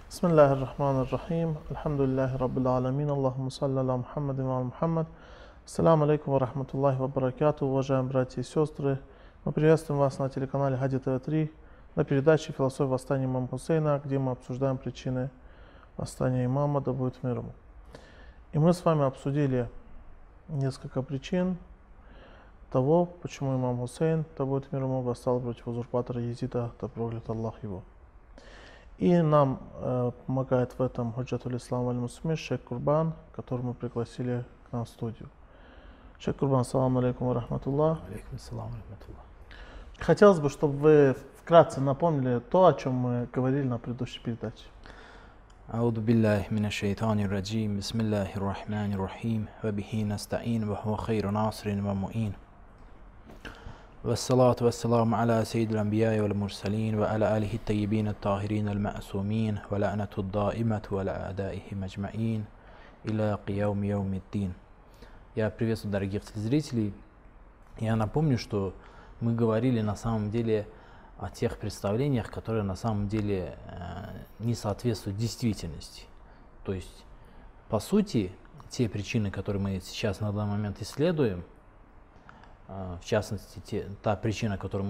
بسم الله الرحمن الرحيم الحمد لله رب العالمين اللهم صل على محمد وعلى محمد. Ассаламу алейкум ва рахматуллахи ва баракату. Уважаемые братья и сестры, мы приветствуем вас на телеканале Хади ТВ3 на передаче «Философия восстания имама Хусейна», где мы обсуждаем причины восстания имама, да будет мир ему. И мы с вами обсудили несколько причин того, почему имам Хусейн, да будет мир ему, восстал против узурпатора Езида, да проклят Аллах его. И нам помогает в этом Худжатуль Ислам аль-Муслимин шейх Курбан, которого мы пригласили к нам в студию. Шейх Курбан, ассаламу алейкум ва рахматуллах. Алейкум ассалам ва рахматуллах. Хотелось бы, чтобы вы вкратце напомнили то, о чем мы говорили на предыдущей передаче. Ауду биллахи минаш шайтанир раджим. Бисмиллахир рахманир рахим. Ва бихи настаин ва хуа хайру насрин ва муин. والصلاة والسلام على سيد الأنبياء والمرسلين وعلى آله الطيبين الطاهرين المعصومين ولعنة الدائمة وعلى أعدائهم أجمعين إلى قيام يوم الدين. Я приветствую дорогих телезрителей. Я напомню, что мы говорили на самом деле о тех представлениях, которые на самом деле не соответствуют действительности. То есть, по сути, те причины, которые мы сейчас на данный момент исследуем, в частности, та причина, о которой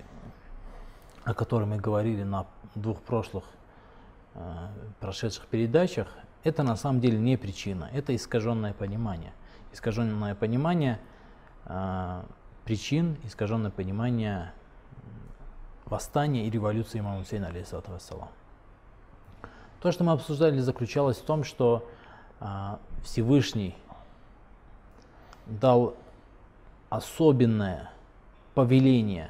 мы говорили на двух прошлых прошедших передачах, это на самом деле не причина, это искаженное понимание. Искаженное понимание причин, искаженное понимание восстания и революции имама Хусейна, алейхиссалату вассалам. То, что мы обсуждали, заключалось в том, что Всевышний дал особенное повеление,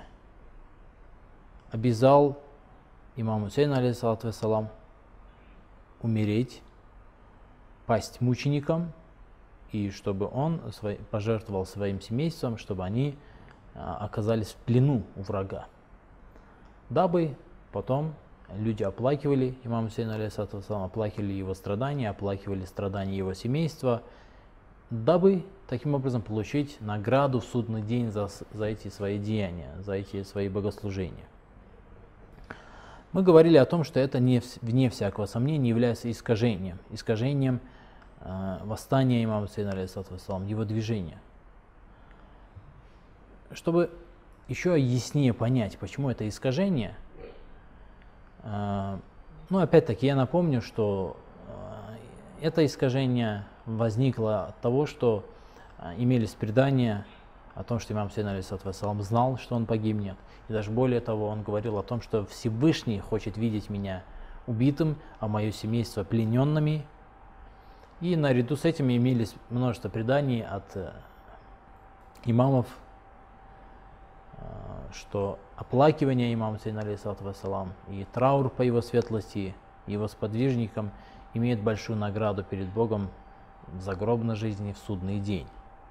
обязал имама Хусейна, алейхиссалату вассалам, умереть, пасть мучеником, и чтобы он пожертвовал своим семейством, чтобы они оказались в плену у врага, дабы потом люди оплакивали имама Хусейна, алейхиссалату вассалам, оплакивали его страдания, оплакивали страдания его семейства, дабы таким образом получить награду в судный день за эти свои деяния, за эти свои богослужения. Мы говорили о том, что это вне всякого сомнения является искажением восстания имама Хусейна, алейхиссалату вассалам, его движения. Чтобы еще яснее понять, почему это искажение, опять-таки я напомню, что это искажение возникло от того, что имелись предания о том, что имам Хусейн, алейхиссалату вассалам, знал, что он погибнет. И даже более того, он говорил о том, что Всевышний хочет видеть меня убитым, а мое семейство плененными. И наряду с этим имелись множество преданий от имамов, что оплакивание имама Хусейна, алейхиссалату вассалам, и траур по его светлости, его сподвижникам имеет большую награду перед Богом в загробной жизни, в судный день.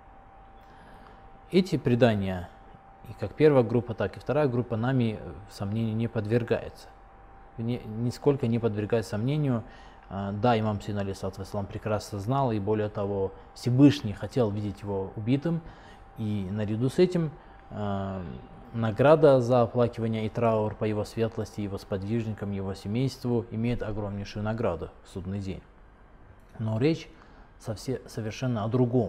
Эти предания, и как первая группа, так и вторая группа, нами сомнению не подвергается. Нисколько не подвергается сомнению. Да, имам Хусейн, алейхиссалату вассалам, прекрасно знал, и более того, Всевышний хотел видеть его убитым, и наряду с этим награда за оплакивание и траур по его светлости, его сподвижникам, его семейству имеет огромнейшую награду в судный день. Но речь совершенно о другом.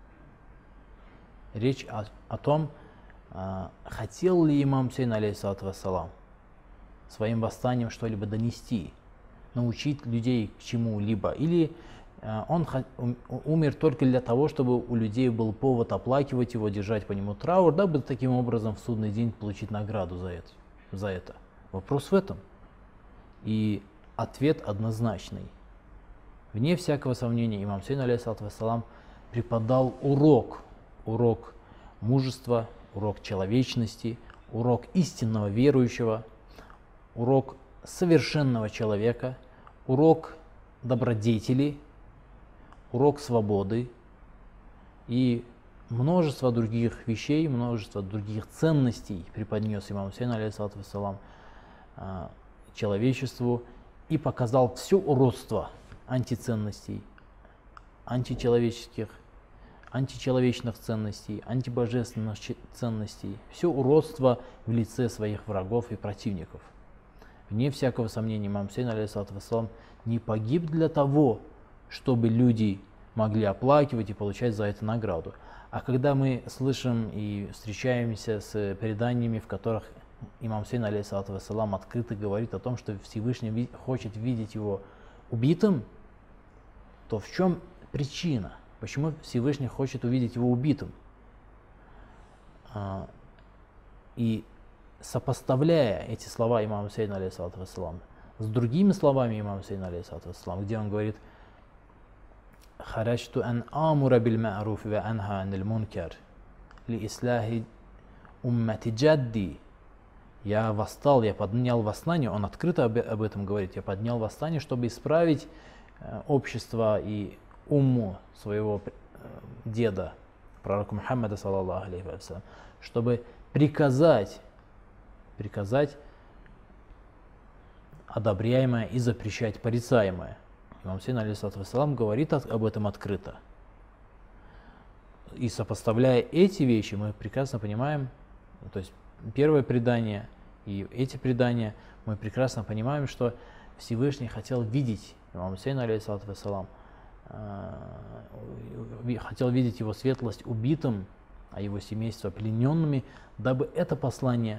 Речь о том, хотел ли имам Хусейн, алейхиссалату вассалам, своим восстанием что-либо донести, научить людей к чему-либо, или он умер только для того, чтобы у людей был повод оплакивать его, держать по нему траур, дабы таким образом в судный день получить награду за это. Вопрос в этом. И ответ однозначный. Вне всякого сомнения, имам Хусейн, алейхиссалату вассалам, преподал урок мужества, урок человечности, урок истинного верующего, урок совершенного человека, урок добродетели, урок свободы и множество других вещей, множество других ценностей преподнес имам Хусейн, алейхиссалату вассалам, человечеству и показал все уродство антиценностей, античеловечных ценностей, антибожественных ценностей, все уродство в лице своих врагов и противников. Вне всякого сомнения, имам Хусейн, алейхиссалату вассалам, не погиб для того, чтобы люди могли оплакивать и получать за это награду. А когда мы слышим и встречаемся с преданиями, в которых имам Хусейн, алейхиссалату вассалам, открыто говорит о том, что Всевышний хочет видеть его убитым, то в чем причина? Почему Всевышний хочет увидеть его убитым? И сопоставляя эти слова имама Хусейна, алейхиссалату вассалам, с другими словами имама Хусейна, алейхиссалату вассалам, где он говорит: «Хараджту ан амура бил ма'руф ва анха анил мункар ли ислахи уммати джадди». Я восстал, я поднял восстание, он открыто об этом говорит, я поднял восстание, чтобы исправить общество и умму своего деда, пророка Мухаммада, саллаллаху алейхи ва саллям, чтобы приказать одобряемое и запрещать порицаемое. Имам Хусейн, алейхиссалату вассалам, говорит об этом открыто. И сопоставляя эти вещи, мы прекрасно понимаем, то есть первое предание и эти предания, мы прекрасно понимаем, что Всевышний хотел видеть имама Хусейна, алейхиссалату вассалам, хотел видеть его светлость убитым, а его семейство плененными, дабы это послание,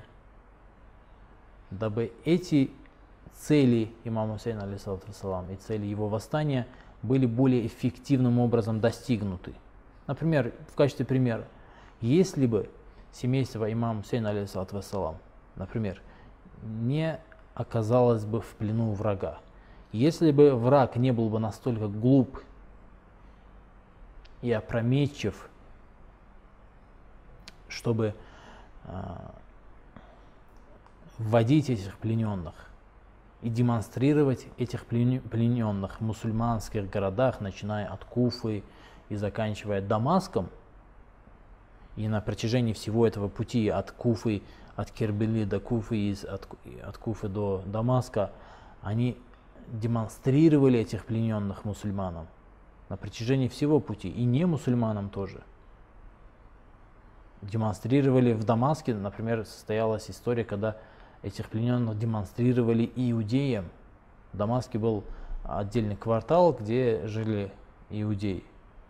дабы эти цели имама Хусейна, алейхиссалату вассалам, и цели его восстания были более эффективным образом достигнуты. Например, в качестве примера, если бы семейство имама Хусейна, алейхиссалату вассалам, например, не оказалось бы в плену врага, если бы враг не был бы настолько глуп и опрометчив, чтобы вводить этих плененных и демонстрировать этих плененных в мусульманских городах, начиная от Куфы и заканчивая Дамаском, и на протяжении всего этого пути от Куфы, от Кербели до Куфы, от Куфы до Дамаска, они демонстрировали этих плененных мусульманам на протяжении всего пути, и не мусульманам тоже. Демонстрировали в Дамаске, например, состоялась история, когда этих плененных демонстрировали иудеям. В Дамаске был отдельный квартал, где жили иудеи.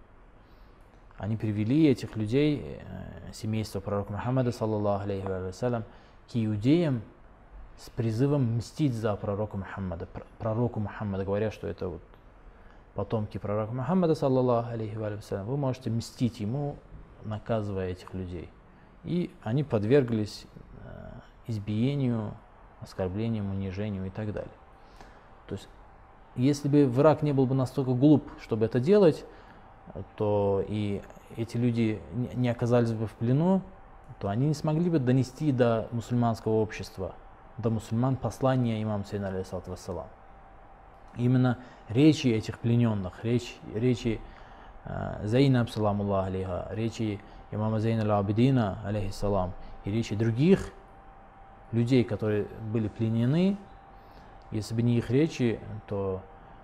Они привели этих людей, семейство пророка Мухаммада, саллаллаху алейхи ва саллям, к иудеям с призывом мстить за пророка Мухаммада, говоря, что это вот потомки пророка Мухаммада, саллаллаху алейхи ва саллям, вы можете мстить ему, наказывая этих людей. И они подверглись избиению, оскорблениям, унижению и так далее. То есть, если бы враг не был бы настолько глуп, чтобы это делать, то и эти люди не оказались бы в плену, то они не смогли бы донести до мусульманского общества, до мусульман послание имама Хусейна, алейхиссалату вассалам. Именно речи этих плененных, речи Зейнаб, саламуллаху алейха, речи имама Зейна аль-Абидина, алейхиссалам, и речи других людей, которые были пленены, если бы не их речи, то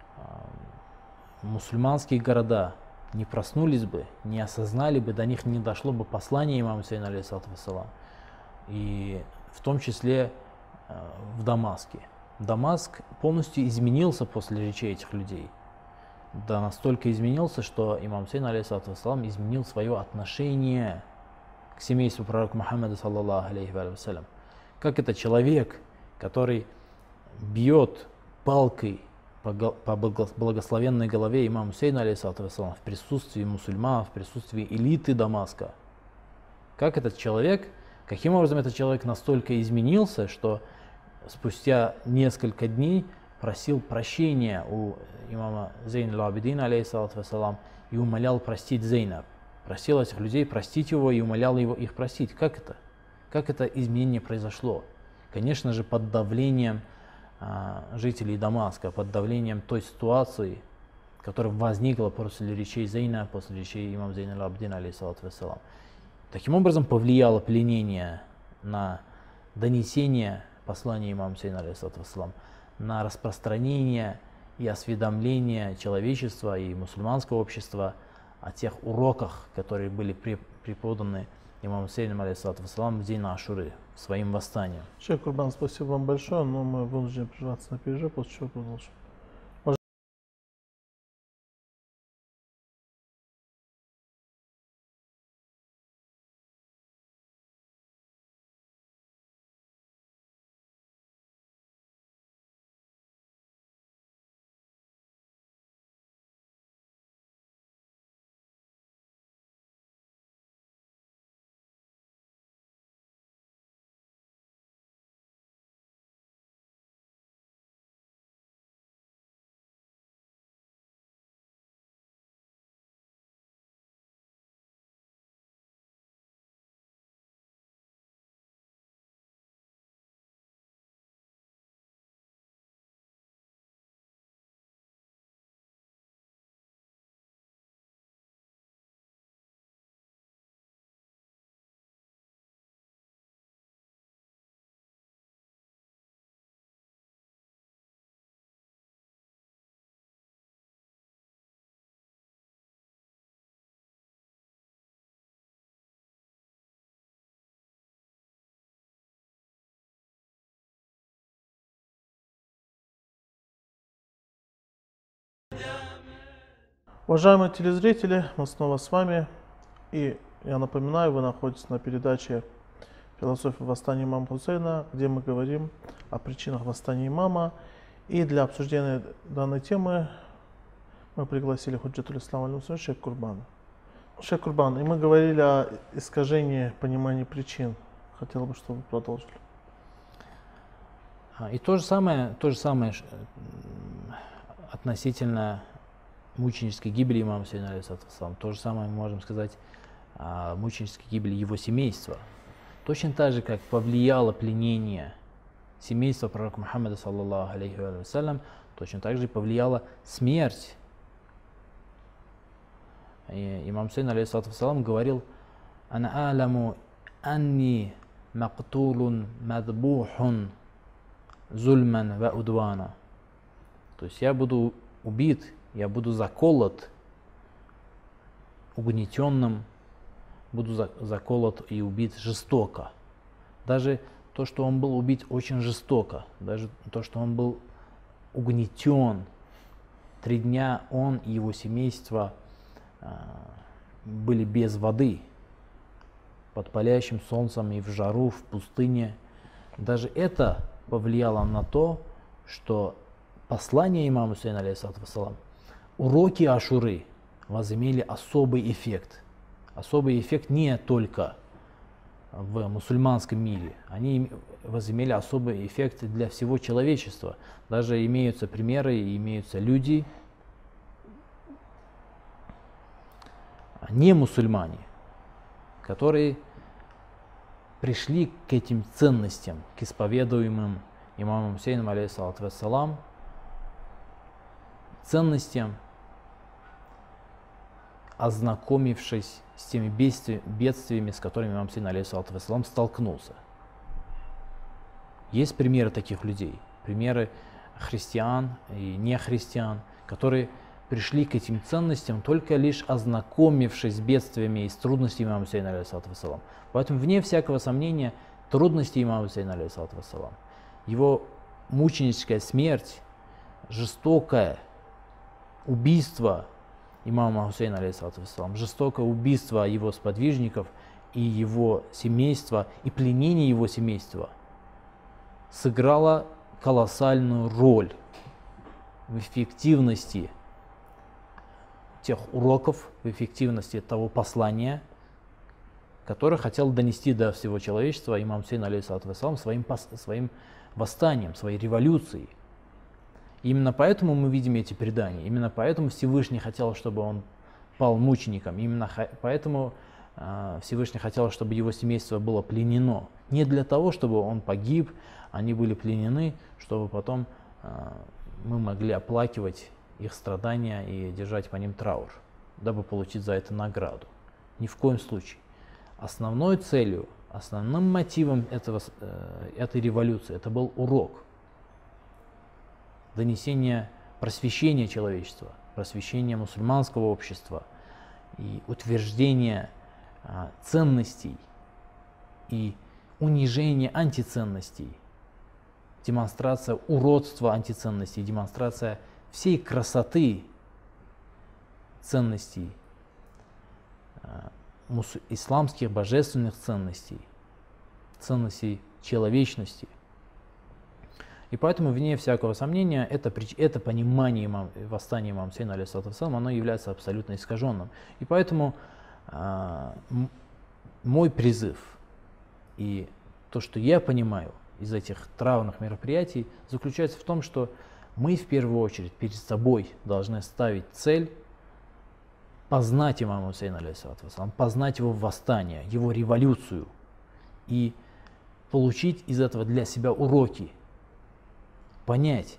мусульманские города не проснулись бы, не осознали бы, до них не дошло бы послание имама Хусейна, алейхиссалату вассалам, и в том числе в Дамаске. Дамаск полностью изменился после речей этих людей. Да, настолько изменился, что имам Хусейн, алейхиссалату вассалам, изменил свое отношение к семейству пророка Мухаммада, саллаллаху алейхи ва саллям. Как это человек, который бьет палкой по благословенной голове имама Хусейна, алейхиссалату вассалам, в присутствии мусульман, в присутствии элиты Дамаска. Как этот человек, каким образом этот человек настолько изменился, что спустя несколько дней просил прощения у имама Зейна аль-Абидина, алейхиссалату вассалам, и умолял простить Зейнаб. Просил этих людей простить его и умолял их простить. Как это? Как это изменение произошло? Конечно же, под давлением жителей Дамаска, под давлением той ситуации, которая возникла после речей Зейна, после речей имама Зейна аль-Абидина, алейхиссалату вассалам. Таким образом повлияло пленение на донесение послания имама Хусейна, алейхиссалату вассалам, на распространение и осведомление человечества и мусульманского общества о тех уроках, которые были преподаны имаму Хусейну, алейхиссалату вассалам, в день Ашуры, своим восстанием. Шейх Курбан, спасибо вам большое, но мы вынуждены прерваться на перерыв, после чего продолжим. Уважаемые телезрители, мы снова с вами. И я напоминаю, вы находитесь на передаче «Философия восстания имама Хусейна», где мы говорим о причинах восстания имама. И для обсуждения данной темы мы пригласили Худжатуль Ислам аль-Муслим Шейх Курбана. Шейх Курбан, и мы говорили о искажении понимания причин. Хотел бы, чтобы вы продолжили. И то же самое относительно мученической гибели имама Хусейна, алейхиссалам. То же самое мы можем сказать о мученической гибели его семейства. Точно так же, как повлияло пленение семейства пророка Мухаммада, саллаллаху алейхи вассалям, точно так же повлияла смерть. И имам Хусейн, алейхиссалам, говорил: «Ана аляму анни мактулун мадбухун зульман ва удвана». То есть я буду убит, я буду заколот угнетенным, буду заколот и убит жестоко. Даже то, что он был убит очень жестоко, даже то, что он был угнетен, 3 дня он и его семейство были без воды, под палящим солнцем и в жару, в пустыне. Даже это повлияло на то, что послание имама Хусейна, алейхиссалам, уроки Ашуры возымели особый эффект. Особый эффект не только в мусульманском мире, они возымели особый эффект для всего человечества. Даже имеются примеры, имеются люди, не мусульмане, которые пришли к этим ценностям, к исповедуемым имамом Хусейном, алейхиссалам, ценностям, ознакомившись с теми бедствиями, с которыми имам Хусейн, алейхиссалам, столкнулся. Есть примеры таких людей, примеры христиан и нехристиан, которые пришли к этим ценностям, только лишь ознакомившись с бедствиями и с трудностями имама Хусейна, алейхиссалам. Поэтому, вне всякого сомнения, трудности имама Хусейна, алейхиссалам, его мученическая смерть, жестокое убийство имама Хусейна, алейхиссалам, жестокое убийство его сподвижников и его семейства, и пленение его семейства сыграло колоссальную роль в эффективности тех уроков, в эффективности того послания, которое хотел донести до всего человечества имам Хусейн, алейхиссалам, своим восстанием, своей революцией. Именно поэтому мы видим эти предания, именно поэтому Всевышний хотел, чтобы он пал мучеником, именно поэтому Всевышний хотел, чтобы его семейство было пленено. Не для того, чтобы он погиб, они были пленены, чтобы потом мы могли оплакивать их страдания и держать по ним траур, дабы получить за это награду. Ни в коем случае. Основной целью, основным мотивом этой революции это был урок. Донесение просвещения человечества, просвещения мусульманского общества и утверждение ценностей и унижение антиценностей, демонстрация уродства антиценностей, демонстрация всей красоты ценностей, исламских божественных ценностей, ценностей человечности. И поэтому, вне всякого сомнения, это понимание восстания имама Хусейна, алейхиссалам, оно является абсолютно искаженным. И поэтому мой призыв и то, что я понимаю из этих траурных мероприятий, заключается в том, что мы в первую очередь перед собой должны ставить цель познать имама Хусейна, алейхиссалам, познать его восстание, его революцию и получить из этого для себя уроки, понять,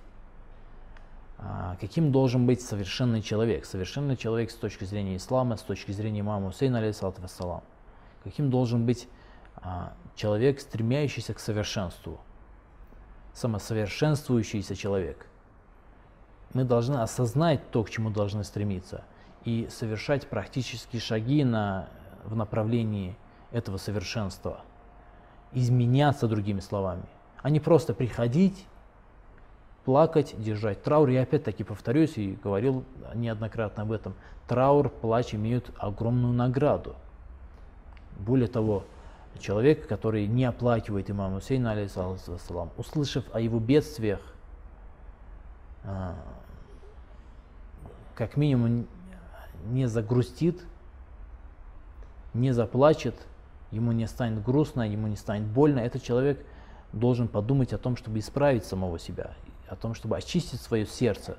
каким должен быть совершенный человек с точки зрения ислама, с точки зрения имама Хусейна, алейхиссалам, каким должен быть человек, стремящийся к совершенству, самосовершенствующийся человек. Мы должны осознать то, к чему должны стремиться, и совершать практические шаги в направлении этого совершенства, изменяться, другими словами, а не просто приходить плакать, держать траур. Я опять-таки повторюсь и говорил неоднократно об этом. Траур, плач имеют огромную награду. Более того, человек, который не оплакивает имама Хусейна, алейхиссалам, услышав о его бедствиях, как минимум не загрустит, не заплачет, ему не станет грустно, ему не станет больно. Этот человек должен подумать о том, чтобы исправить самого себя, о том, чтобы очистить свое сердце.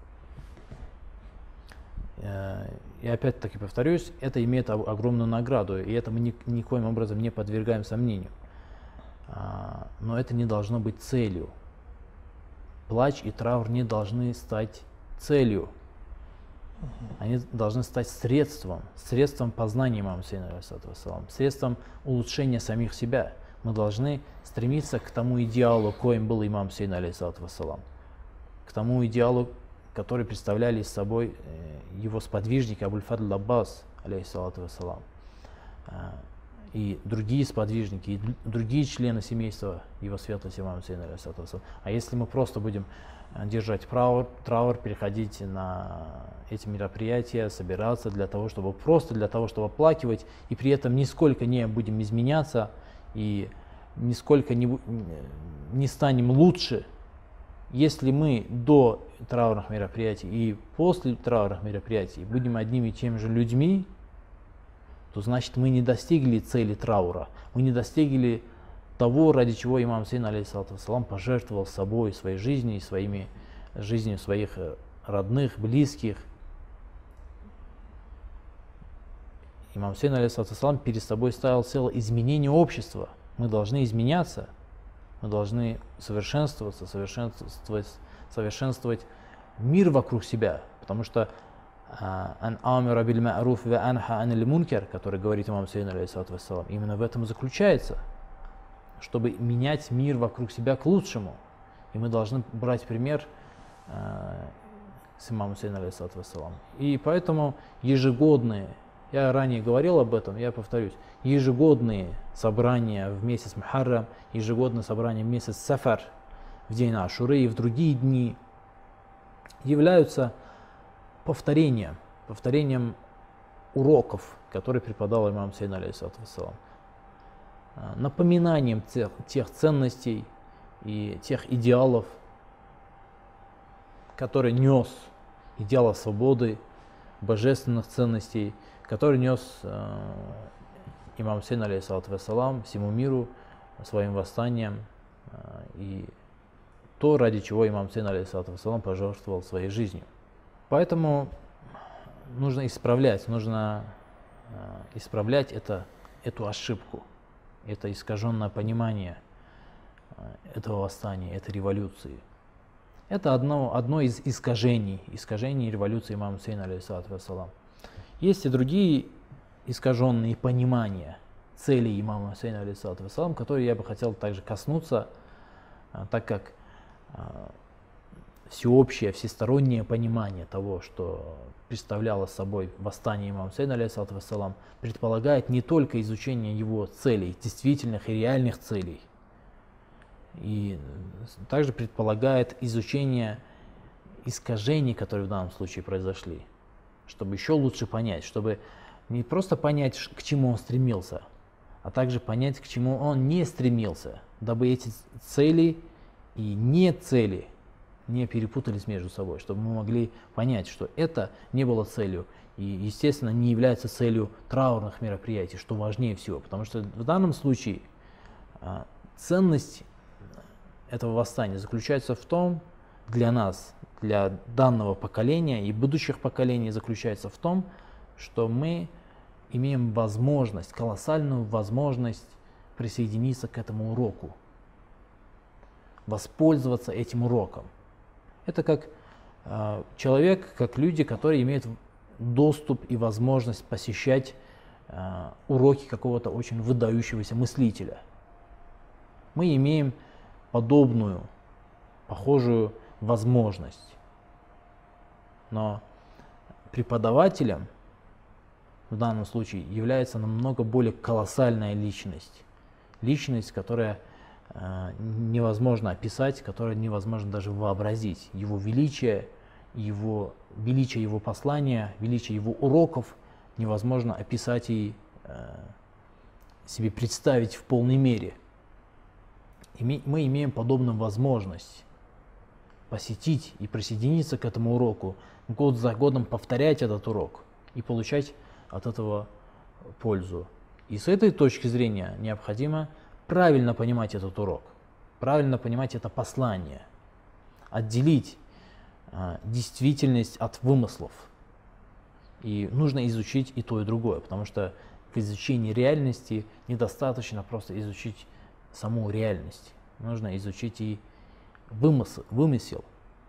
И опять-таки повторюсь, это имеет огромную награду, и это мы никоим образом не подвергаем сомнению. Но это не должно быть целью. Плач и траур не должны стать целью. Они должны стать средством познания имама Хусейна, средством улучшения самих себя. Мы должны стремиться к тому идеалу, коим был имам Хусейн, к тому идеалу, который представляли собой его сподвижники Абуль-Фадл Аббас, и другие сподвижники, и другие члены семейства его светлости имама Хусейна. А если мы просто будем держать траур, переходить на эти мероприятия, собираться для того, чтобы оплакивать, и при этом нисколько не будем изменяться и нисколько не станем лучше, если мы до траурных мероприятий и после траурных мероприятий будем одними и теми же людьми, то значит мы не достигли цели траура, мы не достигли того, ради чего имам Хусейн, алейхиссалам, пожертвовал собой, своей жизнью и жизнью своих родных, близких. Имам Хусейн, алейхиссалам, перед собой ставил целое изменение общества. Мы должны изменяться, мы должны совершенствоваться, совершенствовать мир вокруг себя, потому что ан-амира биль ма'руф ва анха анил мункар, который говорит имам Хусейн, алейхиссалам, именно в этом и заключается, чтобы менять мир вокруг себя к лучшему. И мы должны брать пример с имамом Хусейном, алейхиссалам. И поэтому ежегодные, я ранее говорил об этом, я повторюсь, ежегодные собрания в месяц Мухаррам, ежегодные собрания в месяц Сафар, в день Ашуры и в другие дни являются повторением уроков, которые преподал имам Хусейн, алейхиссалам, напоминанием тех ценностей и тех идеалов, которые нес, идеалов свободы, божественных ценностей, которые нес имам Хусейн, алейхиссалам, всему миру своим восстанием, и то, ради чего имам Хусейн, алейхиссалам, пожертвовал своей жизнью. Поэтому нужно исправлять эту ошибку, это искаженное понимание этого восстания, этой революции. Это одно из искажений революции имама Хусейна, алейхиссалам. Есть и другие искаженные понимания целей имама Хусейна, алейхиссалам, которые я бы хотел также коснуться, так как всеобщее, всестороннее понимание того, что представляло собой восстание имама Хусейна, алейхиссалам, предполагает не только изучение его целей, действительных и реальных целей, и также предполагает изучение искажений, которые в данном случае произошли, чтобы еще лучше понять, чтобы не просто понять, к чему он стремился, а также понять, к чему он не стремился, дабы эти цели и не цели не перепутались между собой, чтобы мы могли понять, что это не было целью и, естественно, не является целью траурных мероприятий, что важнее всего, потому что в данном случае ценность этого восстания заключается в том, для нас, для данного поколения и будущих поколений, заключается в том, что мы имеем возможность, колоссальную возможность присоединиться к этому уроку, воспользоваться этим уроком. Это как человек, как люди, которые имеют доступ и возможность посещать уроки какого-то очень выдающегося мыслителя. Мы имеем похожую возможность. Но преподавателем в данном случае является намного более колоссальная личность. Личность, которая невозможно описать, которое невозможно даже вообразить. Его величие его послания, величие его уроков невозможно описать и себе представить в полной мере. Мы имеем подобную возможность посетить и присоединиться к этому уроку, год за годом повторять этот урок и получать от этого пользу. И с этой точки зрения необходимо правильно понимать этот урок, правильно понимать это послание, отделить действительность от вымыслов. И нужно изучить и то, и другое, потому что в изучении реальности недостаточно просто изучить саму реальность. Нужно изучить и вымысел.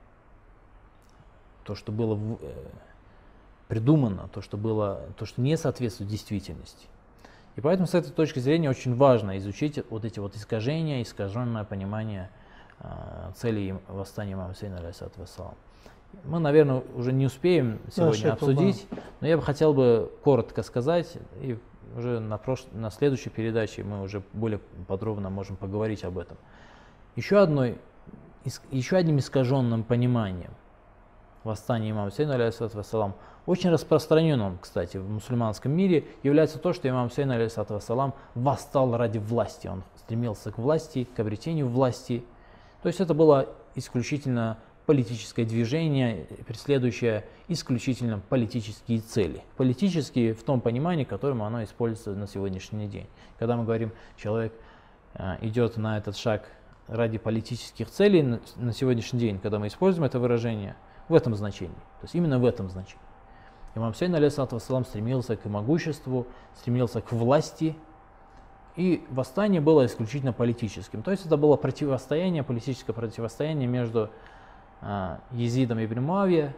То, что было придумано, то, что не соответствует действительности. И поэтому с этой точки зрения очень важно изучить вот эти вот искажения, искаженное понимание целей восстания имама Хусейна, алейхиссалату вассалам. Мы, наверное, уже не успеем сегодня обсудить, но я бы хотел бы коротко сказать, и уже на следующей передаче мы уже более подробно можем поговорить об этом. Еще одним искаженным пониманием восстания имама Хусейна, алейхиссалату вассалам, очень распространенным, кстати, в мусульманском мире, является то, что имам Хусейн, алейхиссалату вассалам, восстал ради власти. Он стремился к власти, к обретению власти. То есть это было исключительно политическое движение, преследующее исключительно политические цели. Политические в том понимании, которым оно используется на сегодняшний день. Когда мы говорим, человек идет на этот шаг ради политических целей на сегодняшний день, когда мы используем это выражение, в этом значении. То есть именно в этом значении. Имам Хусейн, алейхиссалату вассалам, стремился к могуществу, стремился к власти, и восстание было исключительно политическим. То есть это было противостояние, политическое противостояние между Езидом ибн Муавия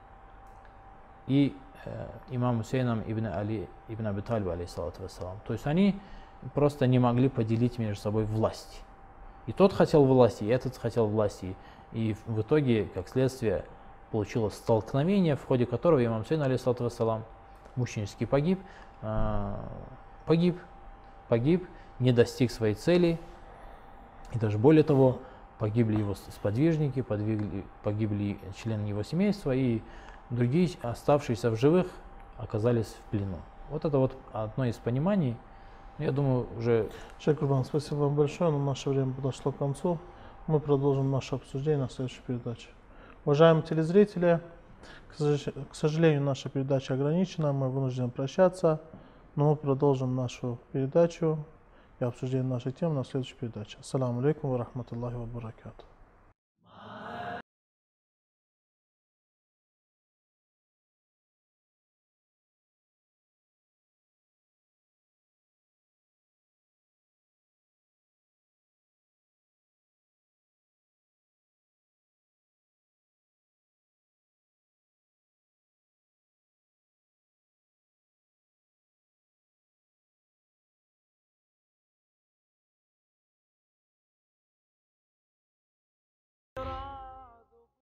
и имамом Хусейном ибн Али ибн Аби Талиба, алейхиссалату вассалам. То есть они просто не могли поделить между собой власть. И тот хотел власти, и этот хотел власти. И в итоге, как следствие, получилось столкновение, в ходе которого имам Хусейн, алейхиссалату вассалам, мученически погиб, не достиг своей цели, и даже более того, погибли его сподвижники, погибли члены его семейства, и другие, оставшиеся в живых, оказались в плену. Вот это вот одно из пониманий. Я думаю, уже... Шейх Курбан, спасибо вам большое, но наше время подошло к концу. Мы продолжим наше обсуждение на следующей передаче. Уважаемые телезрители, к сожалению, наша передача ограничена, мы вынуждены прощаться, но мы продолжим нашу передачу и обсуждение нашей темы на следующей передаче. Ассаламу алейкум ва рахматуллахи ва баракату.